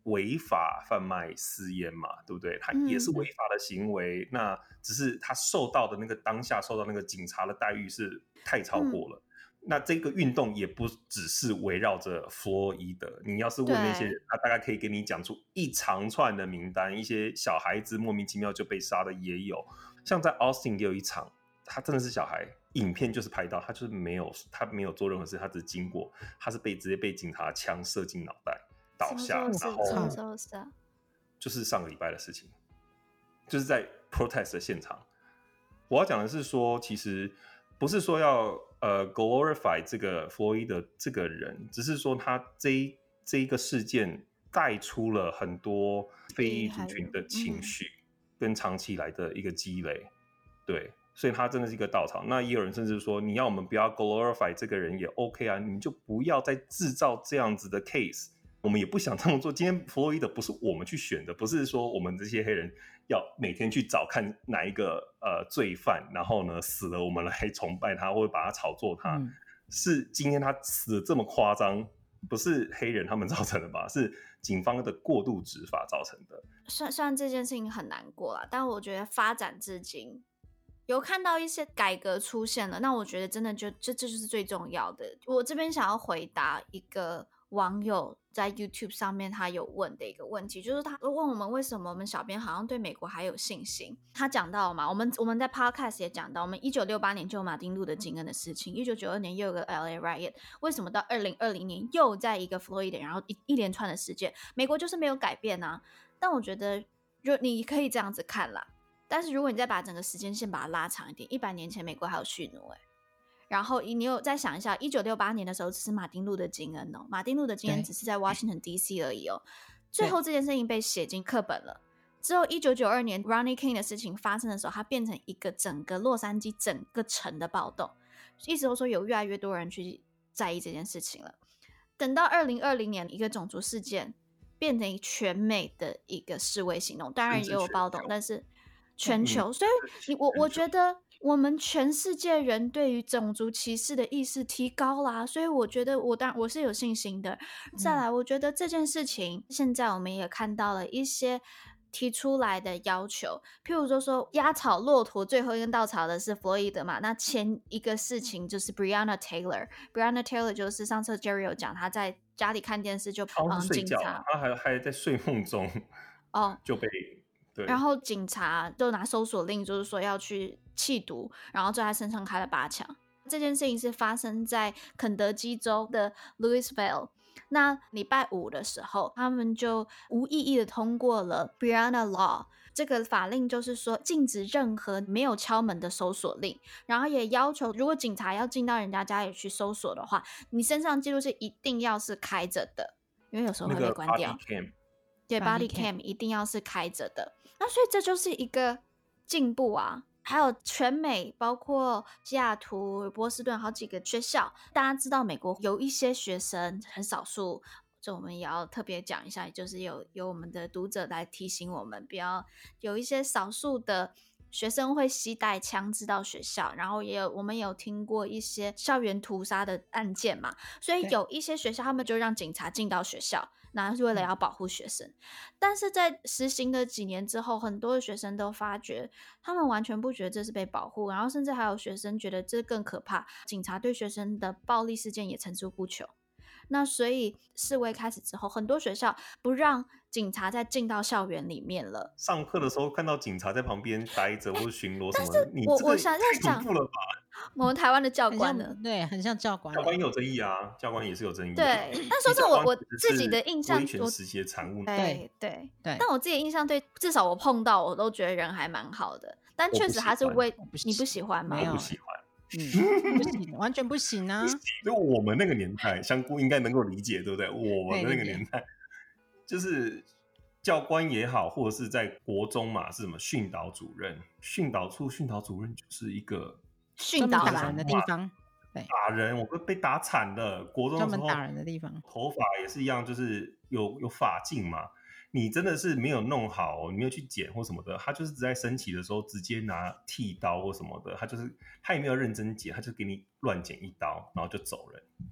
违法贩卖私烟嘛，对不对？他也是违法的行为，嗯、那只是他受到的那个当下受到那个警察的待遇是太超过了。嗯、那这个运动也不只是围绕着弗洛伊德，你要是问那些人，他大概可以给你讲出一长串的名单，一些小孩子莫名其妙就被杀的也有，像在 Austin 也有一场，他真的是小孩。影片就是拍到他就是没有他没有做任何事，他只是经过，他是被直接被警察枪射进脑袋倒下，然后就是上个礼拜的事情，就是在 protest 的现场。我要讲的是说，其实不是说要呃 glorify 这个弗洛伊德这个人，只是说他这一这一个事件带出了很多非裔族群的情绪跟长期来的一个积累，对。所以他真的是一个稻草。那也有人甚至说，你要我们不要 glorify 这个人也 OK 啊，你就不要再制造这样子的 case。我们也不想这么做。今天弗洛伊德不是我们去选的，不是说我们这些黑人要每天去找看哪一个呃罪犯，然后呢死了我们来崇拜他或者把他炒作他。嗯、是今天他死得这么夸张，不是黑人他们造成的吧？是警方的过度执法造成的。 虽虽然这件事情很难过啦，但我觉得发展至今。有看到一些改革出现了，那我觉得真的就这这就是最重要的。我这边想要回答一个网友在 YouTube 上面他有问的一个问题，就是他问我们为什么我们小编好像对美国还有信心。他讲到嘛，我们我们在 Podcast 也讲到，我们一九六八年就有马丁路德金恩的事情，一九九二年又有个 L A Riot， 为什么到二零二零年又在一个 Floyd， 然后 一, 一连串的事件，美国就是没有改变啊？但我觉得就你可以这样子看啦。但是如果你再把整个时间线把它拉长一点，一百年前美国还有蓄奴哎，然后你有再想一下，一九六八年的时候只是马丁路德金恩哦，马丁路德金恩只是在 Washington D C 而已哦，最后这件事情被写进课本了。之后一九九二年 Rodney King 的事情发生的时候，它变成一个整个洛杉矶整个城的暴动，一直都说有越来越多人去在意这件事情了。等到二零二零年一个种族事件变成全美的一个示威行动，当然也有暴动，但是全球，所以你我我觉得我们全世界人对于种族歧视的意识提高啦，所以我觉得我当我是有信心的。再来，我觉得这件事情现在我们也看到了一些提出来的要求，譬如说说压草骆驼最后一根稻草的是弗洛伊德嘛，那前一个事情就是 Breonna Taylor，Breonna Taylor 就是上次 Jerry 有讲他在家里看电视就嗯睡觉，他还还在睡梦中哦就被。 然后警察就拿搜索令，就是说要去缉毒，然后在他身上开了八枪。这件事情是发生在肯德基州的 Louisville。那礼拜五的时候，他们就无异议的通过了 Breonna Law。这个法令就是说禁止任何没有敲门的搜索令，然后也要求如果警察要进到人家家里去搜索的话，你身上记录是一定要是开着的，因为有时候会被关掉。 那個对 ，body cam 一定要是开着的。那所以这就是一个进步啊。还有全美，包括西雅图、波士顿好几个学校，大家知道美国有一些学生很少数，就我们也要特别讲一下，就是有有我们的读者来提醒我们，不要有一些少数的学生会携带枪支到学校，然后也有我们有听过一些校园屠杀的案件嘛，所以有一些学校他们就让警察进到学校，那是为了要保护学生。但是在实行的几年之后，很多的学生都发觉他们完全不觉得这是被保护，然后甚至还有学生觉得这更可怕，警察对学生的暴力事件也层出不穷。那所以示威开始之后，很多学校不让警察再进到校园里面了。 上课的时候看到警察在旁边待着或者巡逻什么的，你我我想要讲， 太恐怖了吧？ 我们台湾的教官呢？ 对，很像教官。 教官也有争议啊，教官也是有争议。 对，但说是我我自己的印象， 威权时期的产物。 对对对。但我自己的印象对，至少我碰到我都觉得人还蛮好的。但确实他是为你不喜欢吗？ 我不喜欢。 嗯，不行，完全不行啊！ 就我们那个年代，香菇应该能够理解，对不对？我们那个年代，就是教官也好，或者是在国中嘛，是什么训导主任、训导处训导主任，就是一个训导人的地方，对， 打人，我被打惨了。国中的时候， 专门打人的地方， 头发也是一样，就是有有发镜嘛。你真的是没有弄好，你没有去剪或什么的，他就是只在升旗的时候直接拿剃刀或什么的，他就是他也没有认真剪，他就给你乱剪一刀，然后就走人。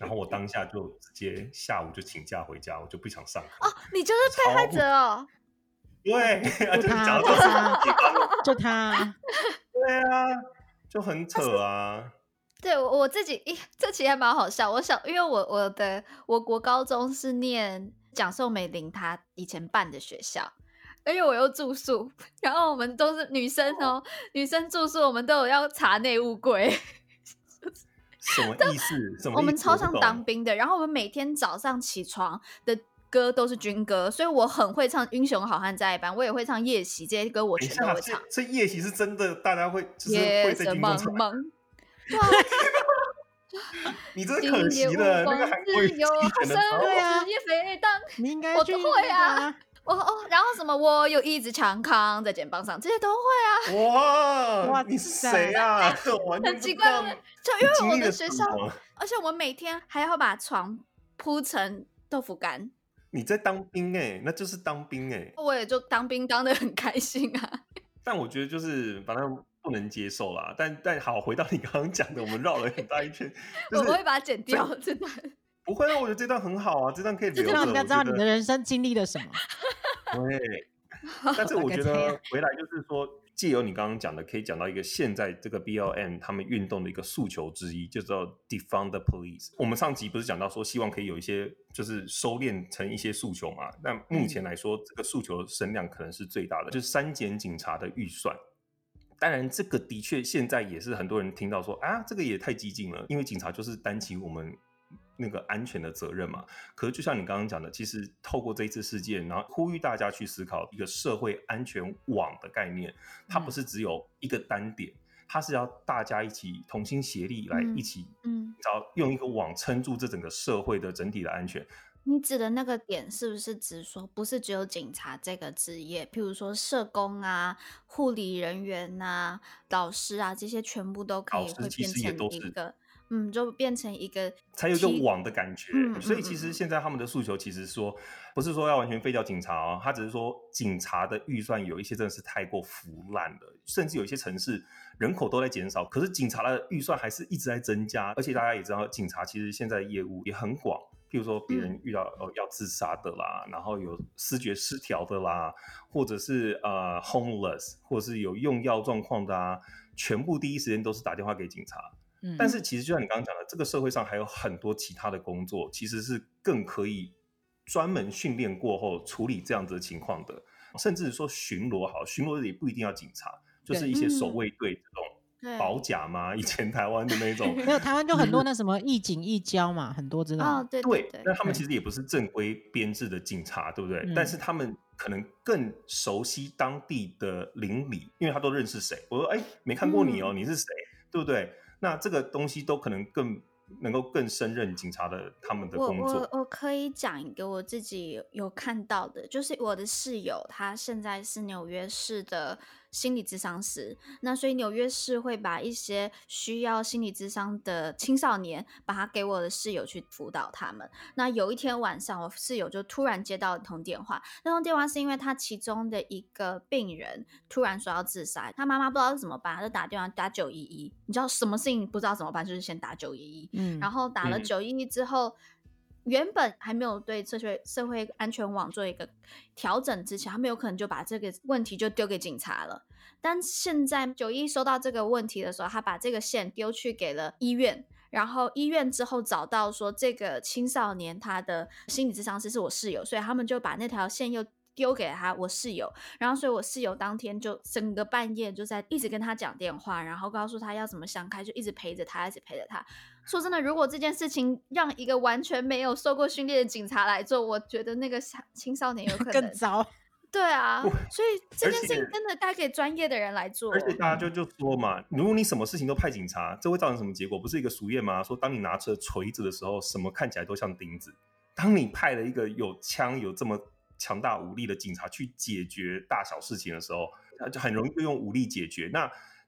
然后我当下就直接下午就请假回家，我就不想上课。 哦，你就是被害者哦。 对， 就他， 就他，就他。 对啊，就很扯啊。 对，我我自己，这其实还蛮好笑。我想，因为我我的我国高中是念蒋宋美龄她以前办的学校，而且我又住宿，然后我们都是女生哦，女生住宿我们都有要查内务柜。 什么意思？什么意思？ 我们超像当兵的，然后我们每天早上起床的歌都是军歌，所以我很会唱《英雄好汉在一班》，我也会唱《夜袭》这些歌，我全都会唱。 所以夜袭是真的，大家会就是会在军中唱。 对啊， 你这可惜了，那个韩国语有好声， 对啊， 日夜飞荡， 你应该我都会啊。我哦，然后什么我有一支长康在肩膀上，这些都会啊。哇，你是谁啊？ 很奇怪，就因为我的学校，而且我们每天还要把床铺成豆腐干。 你在当兵哎、欸，那就是当兵哎、欸。 我也就当兵当得很开心啊。 但我觉得就是反正不能接受啦。但但好，回到你刚刚讲的，我们绕了很大一圈。就是、 我会把它剪掉，真的。 不会啊，我觉得这段很好啊，这段可以留着。 让人家知道你的人生经历了什么。 对，但是我觉得回来就是说，藉由你刚刚讲的，可以讲到一个现在这个 B L M 他们运动的一个诉求之一，就叫 Defund the Police。我们上集不是讲到说，希望可以有一些就是收敛成一些诉求嘛？但目前来说，这个诉求的声量可能是最大的，就是删减警察的预算。当然，这个的确现在也是很多人听到说啊，这个也太激进了，因为警察就是担起我们那个安全的责任嘛。可是就像你刚刚讲的，其实透过这一次事件，然后呼吁大家去思考一个社会安全网的概念，它不是只有一个单点，它是要大家一起同心协力来一起，嗯，找用一个网撑住这整个社会的整体的安全。 你指的那个点是不是指说，不是只有警察这个职业，譬如说社工啊、护理人员啊、老师啊，这些全部都可以会变成一个，嗯，就变成一个才有一个网的感觉。嗯、所以其实现在他们的诉求其实说，不是说要完全废掉警察哦，他只是说警察的预算有一些真的是太过腐烂了，甚至有一些城市人口都在减少，可是警察的预算还是一直在增加，而且大家也知道，警察其实现在的业务也很广。譬如说别人遇到、呃、要自杀的啦，然后有思觉失调的啦，或者是呃 homeless， 或者是有用药状况的啊，全部第一时间都是打电话给警察。嗯、但是其实就像你刚刚讲的，这个社会上还有很多其他的工作，其实是更可以专门训练过后处理这样子的情况的，甚至说巡逻好，巡逻也不一定要警察，就是一些守卫队这种。保甲吗？以前台湾的那种， 没有台湾就很多那什么义警义交嘛，很多知道。 哦，对对对，那他们其实也不是正规编制的警察，对不对？嗯、但是他们可能更熟悉当地的邻里，因为他都认识谁。我说，哎，没看过你哦，嗯、你是谁？对不对？那这个东西都可能更能够更胜任警察的他们的工作。 我我我可以讲一个我自己有看到的，就是我的室友，他现在是纽约市的心理咨商师，那所以纽约市会把一些需要心理咨商的青少年，把他给我的室友去辅导他们。那有一天晚上，我室友就突然接到一通电话，那通电话是因为他其中的一个病人突然说要自杀，他妈妈不知道怎么办，他就打电话打九一一。你知道什么事情不知道怎么办，就是先打九一一。嗯，然后打了九一一之后。嗯原本还没有对社会社会安全网做一个调整之前，他们有可能就把这个问题就丢给警察了。但现在九一收到这个问题的时候，他把这个线丢去给了医院，然后医院之后找到说这个青少年他的心理咨商师是我室友，所以他们就把那条线又丢给他我室友，然后所以我室友当天就整个半夜就在一直跟他讲电话，然后告诉他要怎么想开，就一直陪着他，一直陪着他。说真的，如果这件事情让一个完全没有受过训练的警察来做，我觉得那个青少年有可能更糟。 对啊，所以这件事情真的该给专业的人来做。 而且大家就就说嘛，如果你什么事情都派警察，这会造成什么结果？不是一个俗谚吗？说当你拿着锤子的时候，什么看起来都像钉子。当你派了一个有枪有这么强大武力的警察去解决大小事情的时候，就很容易就用武力解决。那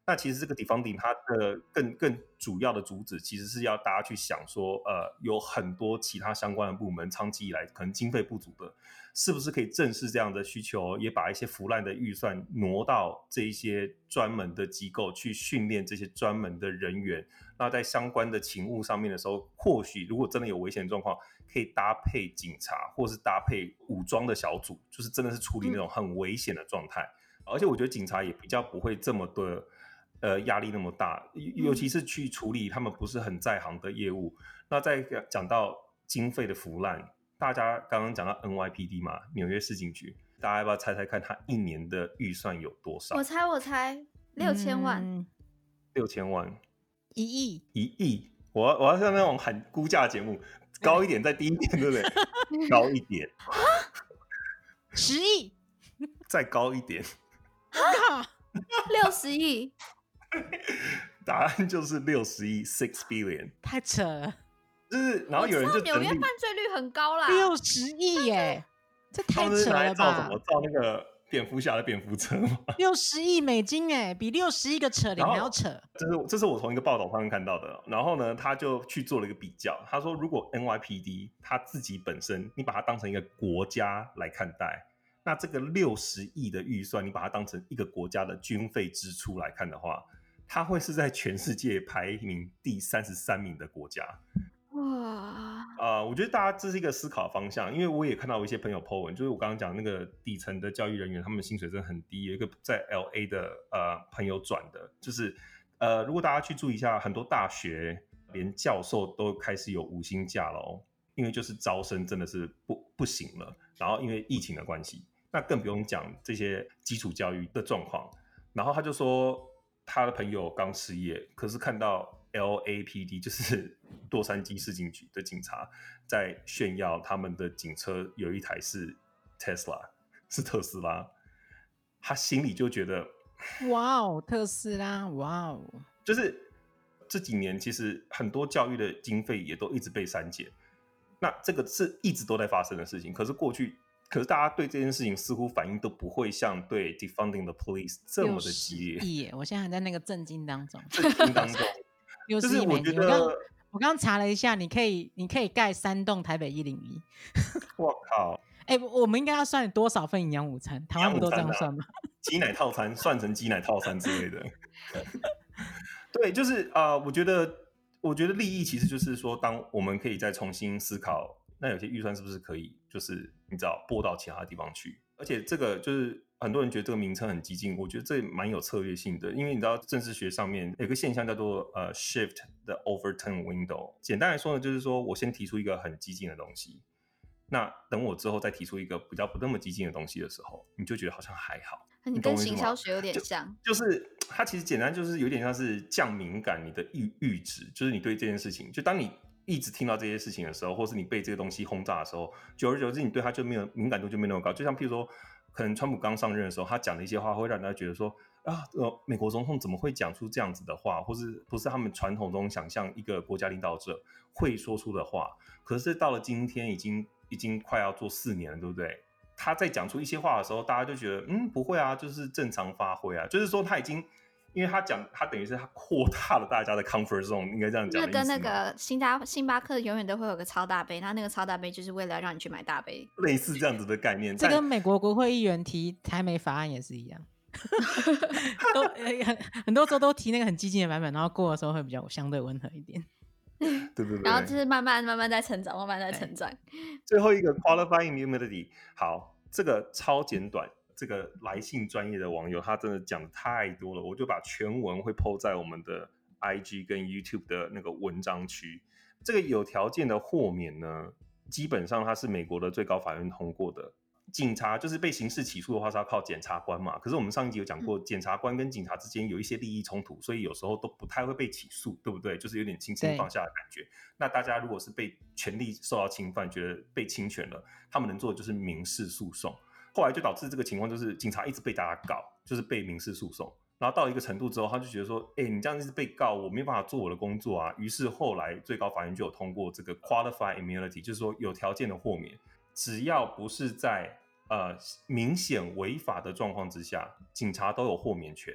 那其实这个 defunding 它的更更主要的主旨，其实是要大家去想说，呃，有很多其他相关的部门长期以来可能经费不足的，是不是可以正视这样的需求，也把一些腐烂的预算挪到这一些专门的机构去训练这些专门的人员。那在相关的勤务上面的时候，或许如果真的有危险的状况，可以搭配警察，或是搭配武装的小组，就是真的是处理那种很危险的状态。嗯、而且我觉得警察也比较不会这么的。呃，压力那么大，尤其是去处理他们不是很在行的业务。嗯、那再讲到经费的腐烂，大家刚刚讲到 N Y P D 嘛，纽约市警局，大家要不要猜猜看，他一年的预算有多少？ 我猜，我猜六千万， 嗯、 六千万， 一亿， 一亿。我要我要像那种喊估价节目，高一点再低一点，对不对？高一点， 十亿， 再高一点， 六十亿。 答案就是六十亿 ，six billion， 太扯了。 就是，然后有人就纽约犯罪率很高啦， 六十亿耶，这太扯了吧？ 照什么？照那个蝙蝠侠的蝙蝠车吗？ 六十亿美金哎，比六十亿个扯铃还要扯。 这是这是我从一个报道上面看到的。然后呢，他就去做了一个比较，他说，如果 N Y P D 他自己本身，你把它当成一个国家来看待。那这个六十亿的预算，你把它当成一个国家的军费支出来看的话，它会是在全世界排名第三十三名的国家。哇！呃，我觉得大家这是一个思考方向，因为我也看到一些朋友 po 文，就是我刚刚讲那个底层的教育人员，他们的薪水真的很低。有一个在 L A 的呃朋友转的，就是呃，如果大家去注意一下，很多大学连教授都开始有无薪假了哦，因为就是招生真的是不不行了，然后因为疫情的关系。那更不用讲这些基础教育的状况。然后他就说，他的朋友刚失业，可是看到 L A P D 就是洛杉矶市警局的警察在炫耀他们的警车有一台是 Tesla， 是特斯拉，他心里就觉得， 哇哦，特斯拉，哇哦， 就是这几年其实很多教育的经费也都一直被删减，那这个是一直都在发生的事情，可是过去。可是大家对这件事情似乎反应都不会像对 defunding the police 这么的激烈。 亿耶！我现在还在那个震惊当中。 震惊当中， 就是我觉得我刚刚查了一下，你可以你可以盖三栋台北一零一。 我靠！ 哎、欸，我们应该要算多少份营养午餐？台湾不都这样算吗？ 鸡奶套餐算成鸡奶套餐之类的。对，就是啊、呃，我觉得我觉得利益其实就是说，当我们可以再重新思考。那有些预算是不是可以，就是你知道拨到其他地方去？而且这个就是很多人觉得这个名称很激进，我觉得这蛮有策略性的，因为你知道政治学上面有个现象叫做呃 shift the overturn window。简单来说呢，就是说我先提出一个很激进的东西，那等我之后再提出一个比较不那么激进的东西的时候，你就觉得好像还好。 你跟行销学有点像， 就, 就是它其实简单就是有点像是降敏感你的阈阈值，就是你对这件事情，就当你。一直听到这些事情的时候，或是你被这个东西轰炸的时候，久而久之，你对他就没有敏感度就没有那么高。就像譬如说，可能川普刚上任的时候，他讲的一些话会让大家觉得说啊，呃，美国总统怎么会讲出这样子的话，或是不是他们传统中想象一个国家领导者会说出的话。可是到了今天，已经已经快要做四年了，对不对？他在讲出一些话的时候，大家就觉得嗯，不会啊，就是正常发挥啊，就是说他已经。因为他讲，他等于是他扩大了大家的 comfort zone， 应该这样讲的意思吗？ 那跟那个星巴星巴克永远都会有个超大杯，那那个超大杯就是为了让你去买大杯， 类似这样子的概念。 这跟美国国会议员提台美法案也是一样，都很很多州都提那个很激进的版本，然后过的时候会比较相对温和一点。 对对对。 然后就是慢慢慢慢在成长，慢慢在成长。 最后一个 qualifying immunity， 好，这个超简短。这个来信专业的网友，他真的讲的太多了，我就把全文会 po 在我们的 I G 跟 YouTube 的那个文章区。这个有条件的豁免呢，基本上它是美国的最高法院通过的。警察就是被刑事起诉的话是要靠检察官嘛，可是我们上一集有讲过，检察官跟警察之间有一些利益冲突，所以有时候都不太会被起诉，对不对？就是有点轻轻放下的感觉。那大家如果是被权利受到侵犯，觉得被侵权了，他们能做的就是民事诉讼。后来就导致这个情况，就是警察一直被大家告，就是被民事诉讼。然后到一个程度之后，他就觉得说，哎、欸，你这样一直被告，我没办法做我的工作啊。于是后来最高法院就有通过这个 qualified immunity， 就是说有条件的豁免，只要不是在呃明显违法的状况之下，警察都有豁免权。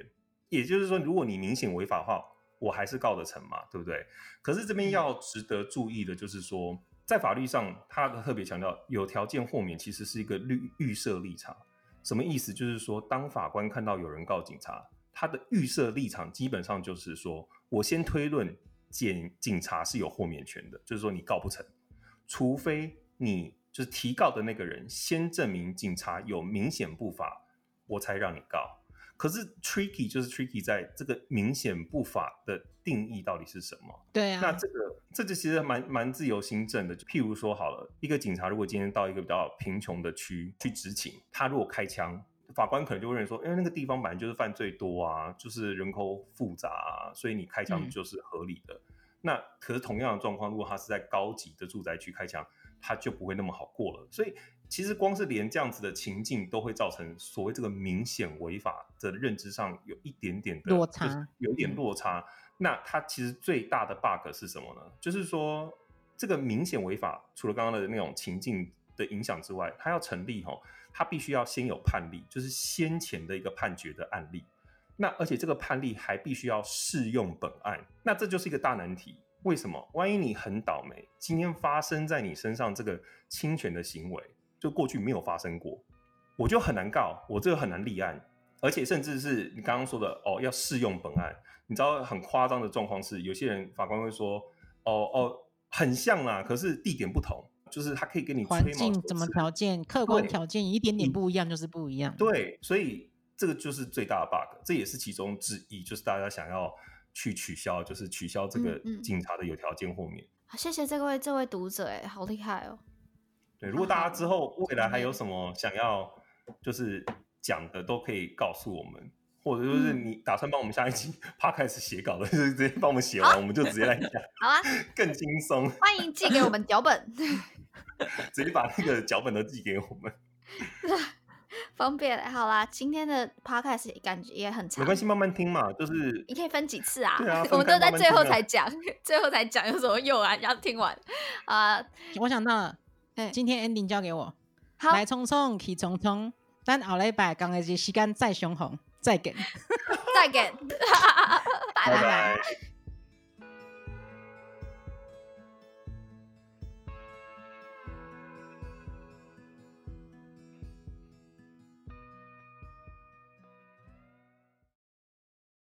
也就是说，如果你明显违法的话，我还是告得成嘛，对不对？可是这边要值得注意的就是说，在法律上，它特别强调有条件豁免其实是一个预设立场。什么意思？就是说，当法官看到有人告警察，他的预设立场基本上就是说，我先推论警警察是有豁免权的，就是说你告不成，除非你就是提告的那个人先证明警察有明显不法，我才让你告。可是 tricky 就是 tricky 在这个明显不法的定义到底是什么？ 对啊， 那这个这就其实蛮蛮自由心证的。譬如说好了，一个警察如果今天到一个比较贫穷的区去执勤，他如果开枪，法官可能就会认为说，因为那个地方本来就是犯罪多啊，就是人口复杂啊，所以你开枪就是合理的。嗯、那可是同样的状况，如果他是在高级的住宅区开枪，他就不会那么好过了。所以其实光是连这样子的情境都会造成所谓这个明显违法的认知上有一点点的落差， 就是有一点落差。嗯、那它其实最大的 bug 是什么呢？就是说这个明显违法，除了刚刚的那种情境的影响之外，它要成立齁，它必须要先有判例，就是先前的一个判决的案例。那而且这个判例还必须要适用本案，那这就是一个大难题。为什么？万一你很倒霉，今天发生在你身上这个侵权的行为，就过去没有发生过，我就很难告，我这个很难立案，而且甚至是你刚刚说的哦，要适用本案。你知道很夸张的状况是，有些人法官会说，哦哦，很像啦，可是地点不同，就是他可以给你吹毛求疵， 环境怎么条件，客观条件一点点不一样，就是不一样。 对，所以这个就是最大的 bug， 这也是其中之一，就是大家想要去取消，就是取消这个警察的有条件豁免。 嗯嗯、谢谢这位这位读者，哎，好厉害哦。 对，如果大家之后未来还有什么想要就是讲的，都可以告诉我们，或者就是你打算帮我们下一集 podcast 写稿的，就是直接帮我们写完，我们就直接来讲。 好啊， 更轻松。 欢迎寄给我们脚本， 直接把那个脚本都寄给我们。 方便。好啦，今天的 podcast 感觉也很长， 没关系，慢慢听嘛，就是你可以分几次啊？ 对啊， 我们都在最后才讲，最后才讲，有什么用啊？要听完啊、呃！ 我想到了，今天 ending 交给我， 好， 来匆匆去匆匆，等后礼拜同个时间再相逢，再见， 再见，拜拜。